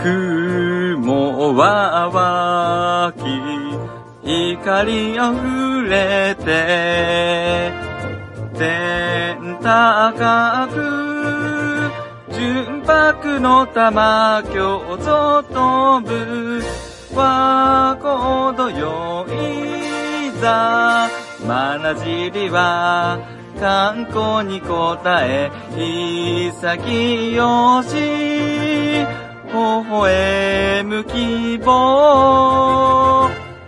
雲は湧き光あふれて天高く純白の玉京都飛ぶは程よいざまなじりは観光に応え潔よし微笑む希望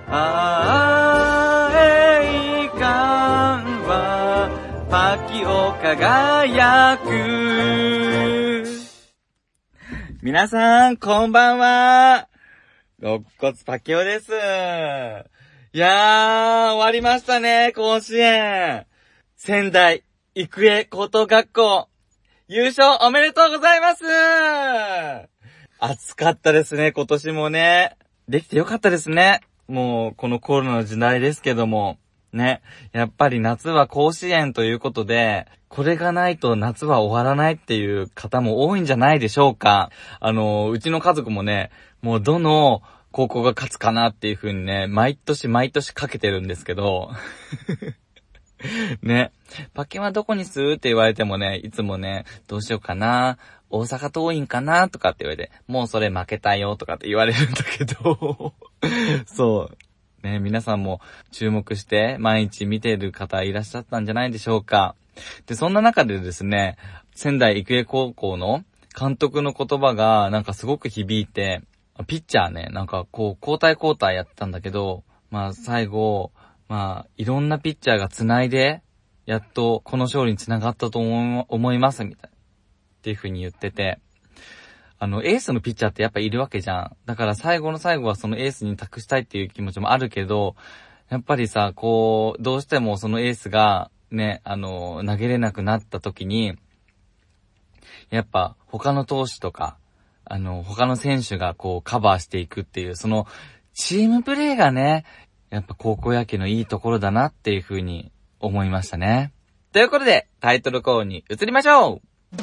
栄冠はパキを輝く。皆さんこんばんは、肋骨パキオです。いやー終わりましたね、甲子園。仙台育英高等学校優勝おめでとうございます。暑かったですね、今年もね。できてよかったですね。もうこのコロナの時代ですけどもね、やっぱり夏は甲子園ということで、これがないと夏は終わらないっていう方も多いんじゃないでしょうか。うちの家族もね、もうどの高校が勝つかなっていう風にね、毎年かけてるんですけどね、パキはどこにするって言われてもね、いつもね、どうしようかな、大阪桐蔭かなとかって言われて、もうそれ負けたよとかって言われるんだけどそうね、皆さんも注目して毎日見てる方いらっしゃったんじゃないでしょうか。で、そんな中でですね、仙台育英高校の監督の言葉がなんかすごく響いて、ピッチャーね、なんかこう交代やってたんだけど、まあ最後、いろんなピッチャーが繋いで、やっとこの勝利に繋がったと思います、みたいな。っていう風に言ってて、エースのピッチャーってやっぱいるわけじゃん。だから最後の最後はそのエースに託したいっていう気持ちもあるけど、やっぱりさ、こう、どうしてもそのエースが、ね、投げれなくなった時に、やっぱ他の投手とか、他の選手がこうカバーしていくっていう、そのチームプレーがね、やっぱ高校野球のいいところだなっていう風に思いましたね。ということで、タイトルコールに移りましょう。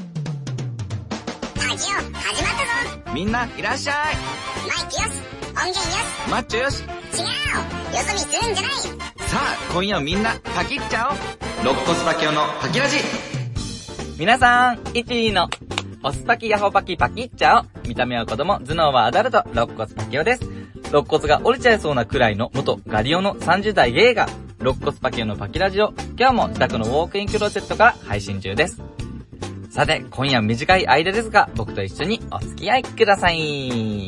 ラジオ始まったぞ。 みんないらっしゃい。 マイクよし、音源よし、 マッチョよし。 違う、よそ見するんじゃない。 さあ、今夜みんなパキっちゃおう。肋骨パキオのパキラジ。皆さん、1位のホスパキヤホパキパキっちゃお。見た目は子供、頭脳はアダルト、肋骨パキオです。肋骨が折れちゃいそうなくらいの元ガリオの30代ゲイが肋骨パキオのパキラジオ、今日も自宅のウォークインクローゼットから配信中です。さて、今夜短い間ですが、僕と一緒にお付き合いください。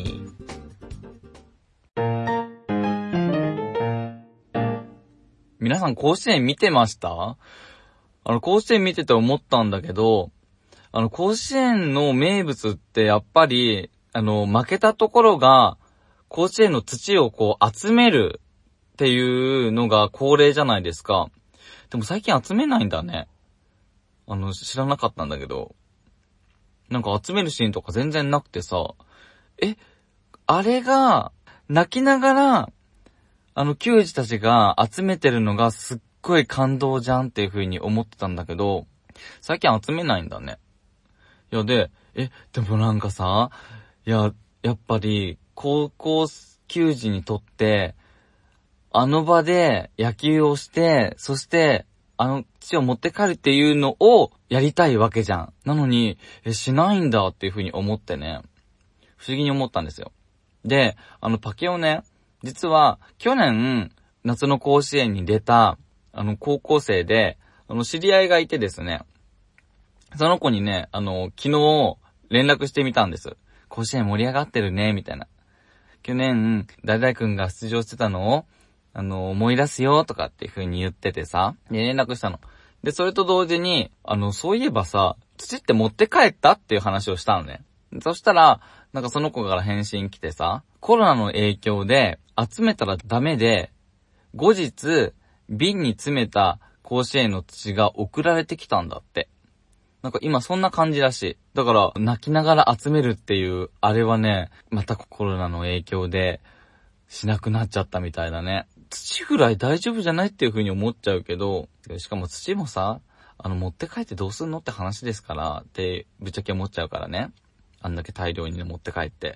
皆さん甲子園見てました？甲子園見てて思ったんだけど、甲子園の名物ってやっぱり、負けたところが、甲子園の土をこう集めるっていうのが恒例じゃないですか。でも最近集めないんだね。知らなかったんだけど。なんか集めるシーンとか全然なくてさ。あれが、泣きながら、球児たちが集めてるのがすっごい感動じゃんっていう風に思ってたんだけど、最近集めないんだね。いやでもなんかさ、やっぱり、高校球児にとって、あの場で野球をして、そして、土を持って帰るっていうのをやりたいわけじゃん。なのに、しないんだっていう風に思ってね、不思議に思ったんですよ。で、パケオね、実は去年、夏の甲子園に出た、高校生で、知り合いがいてですね、その子にね、昨日連絡してみたんです。甲子園盛り上がってるね、みたいな。去年、誰々くんが出場してたのを、思い出すよとかっていう風に言っててさ、で連絡したの。で、それと同時に、そういえばさ、土って持って帰ったっていう話をしたのね。そしたら、なんかその子から返信来てさ、コロナの影響で集めたらダメで、後日、瓶に詰めた甲子園の土が送られてきたんだって。なんか今そんな感じらしい。だから泣きながら集めるっていう、あれはね、またコロナの影響でしなくなっちゃったみたいだね。土ぐらい大丈夫じゃないっていう風に思っちゃうけど、しかも土もさ、持って帰ってどうすんのって話ですからってぶっちゃけ思っちゃうからね。あんだけ大量にね持って帰って。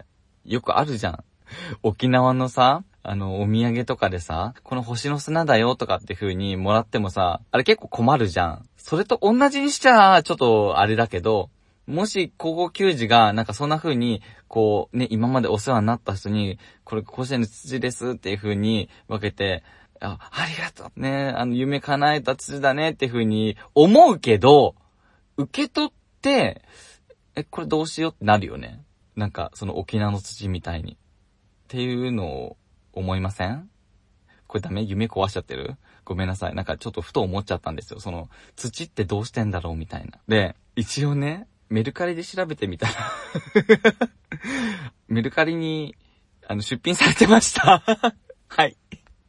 よくあるじゃん。沖縄のさ、お土産とかでさ、この星の砂だよとかって風にもらってもさ、あれ結構困るじゃん。それと同じにしちゃ、ちょっとあれだけど、もし高校球児がなんかそんな風に、こうね、今までお世話になった人に、これ甲子園の土ですっていう風に分けて、ありがとうね、夢叶えた土だねっていう風に思うけど、受け取って、これどうしようってなるよね。なんかその沖縄の土みたいに。っていうのを思いません？これダメ？夢壊しちゃってる？ごめんなさい。なんかちょっとふと思っちゃったんですよ。その土ってどうしてんだろうみたいな。で、一応ね、メルカリで調べてみたらメルカリに出品されてましたはい。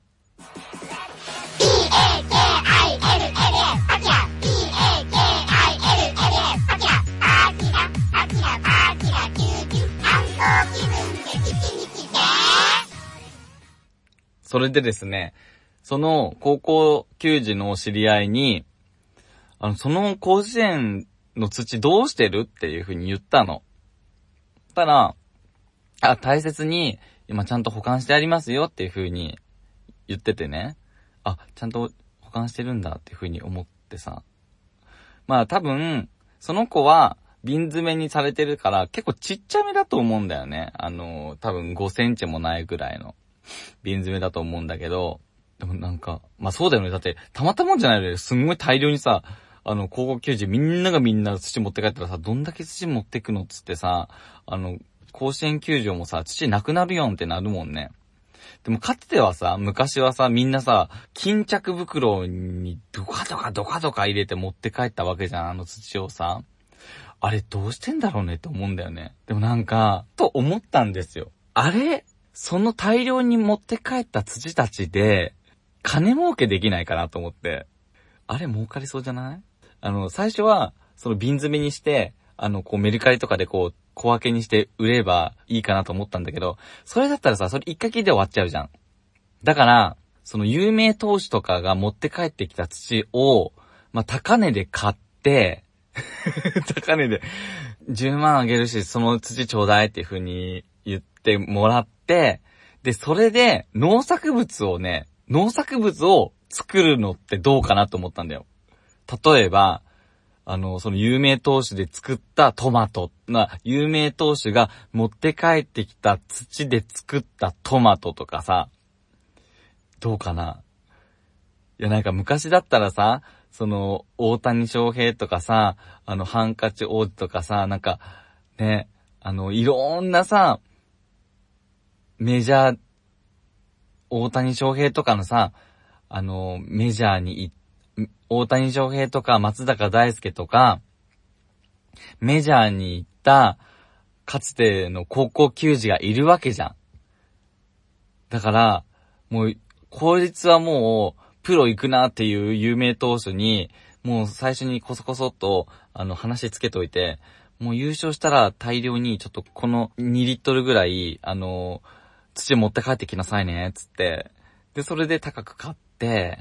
それでですね、その高校球児の知り合いに、その甲子園の土どうしてるっていう風に言ったの。たら、大切に今ちゃんと保管してありますよっていう風に言っててね。ちゃんと保管してるんだっていう風に思ってさ。まあ多分、その子は瓶詰めにされてるから結構ちっちゃめだと思うんだよね。多分5センチもないぐらいの瓶詰めだと思うんだけど、でもなんか、まあそうだよね。だってたまったもんじゃないよね。すんごい大量にさ、高校球児みんながみんな土持って帰ったらさ、どんだけ土持ってくのっつってさ、甲子園球場もさ、土なくなるよんってなるもんね。でもかつてはさ、昔はさ、みんなさ、巾着袋にドカドカ入れて持って帰ったわけじゃん、土をさ。あれどうしてんだろうねって思うんだよね。でもなんか、と思ったんですよ。その大量に持って帰った土たちで、金儲けできないかなと思って。儲かりそうじゃない？最初は、その瓶詰めにして、こうメルカリとかでこう、小分けにして売ればいいかなと思ったんだけど、それだったらさ、それ一回きりで終わっちゃうじゃん。だから、その有名投手とかが持って帰ってきた土を、まあ、高値で買って、高値で10万あげるし、その土ちょうだいっていう風に言ってもらって、で、それで農作物を作るのってどうかなと思ったんだよ。例えば、その有名投手で作ったトマト有名投手が持って帰ってきた土で作ったトマトとかさ、どうかな？いやなんか昔だったらさ、その大谷翔平とかさ、ハンカチ王子とかさ、なんかね、いろんなさ、メジャー、大谷翔平とかのさ、メジャーに大谷翔平とか松坂大輔とか、メジャーに行った、かつての高校球児がいるわけじゃん。だから、もう、こいつはもう、プロ行くなっていう有名投手に、もう最初にコソコソっと、話つけといて、もう優勝したら大量にちょっとこの2リットルぐらい、土持って帰ってきなさいね、つって。で、それで高く買って、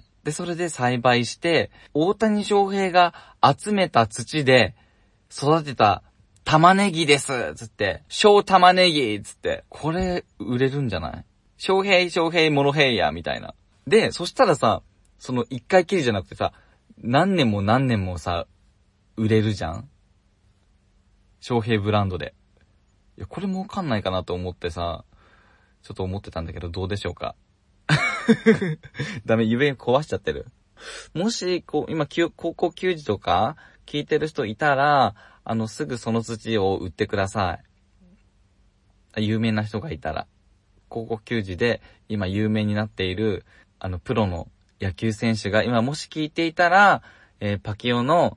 で、それで栽培して、大谷翔平が集めた土で育てた玉ねぎですつって、小玉ねぎつって、これ売れるんじゃない？翔平、モロヘイヤみたいな。で、そしたらさ、その一回きりじゃなくてさ、何年もさ、売れるじゃん？翔平ブランドで。いや、これ儲かんないかなと思ってさ、ちょっと思ってたんだけど、どうでしょうか？ダメ、夢壊しちゃってる。もし、今、高校球児とか聞いてる人いたら、すぐその土を売ってください。有名な人がいたら。高校球児で今有名になっている、プロの野球選手が今もし聞いていたら、パキオの、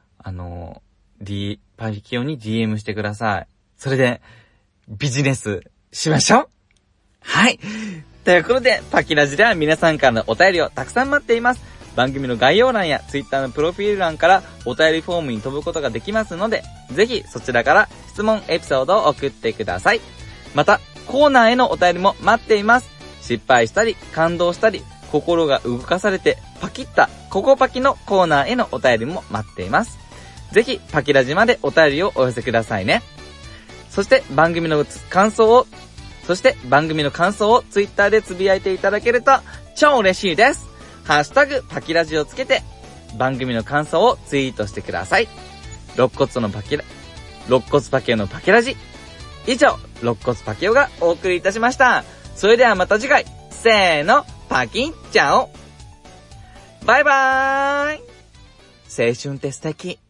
パキオに DM してください。それで、ビジネスしましょう。はい。ということで、パキラジでは皆さんからのお便りをたくさん待っています。番組の概要欄や Twitter のプロフィール欄からお便りフォームに飛ぶことができますので、ぜひそちらから質問、エピソードを送ってください。また、コーナーへのお便りも待っています。失敗したり、感動したり、心が動かされてパキッたココパキのコーナーへのお便りも待っています。ぜひパキラジまでお便りをお寄せくださいね。そして番組の感想をそして番組の感想をツイッターでつぶやいていただけると超嬉しいです。ハッシュタグパキラジをつけて番組の感想をツイートしてください。肋骨パキオのパキラジ。以上、肋骨パキオがお送りいたしました。それではまた次回、せーの、パキンチャオ。バイバーイ。青春って素敵。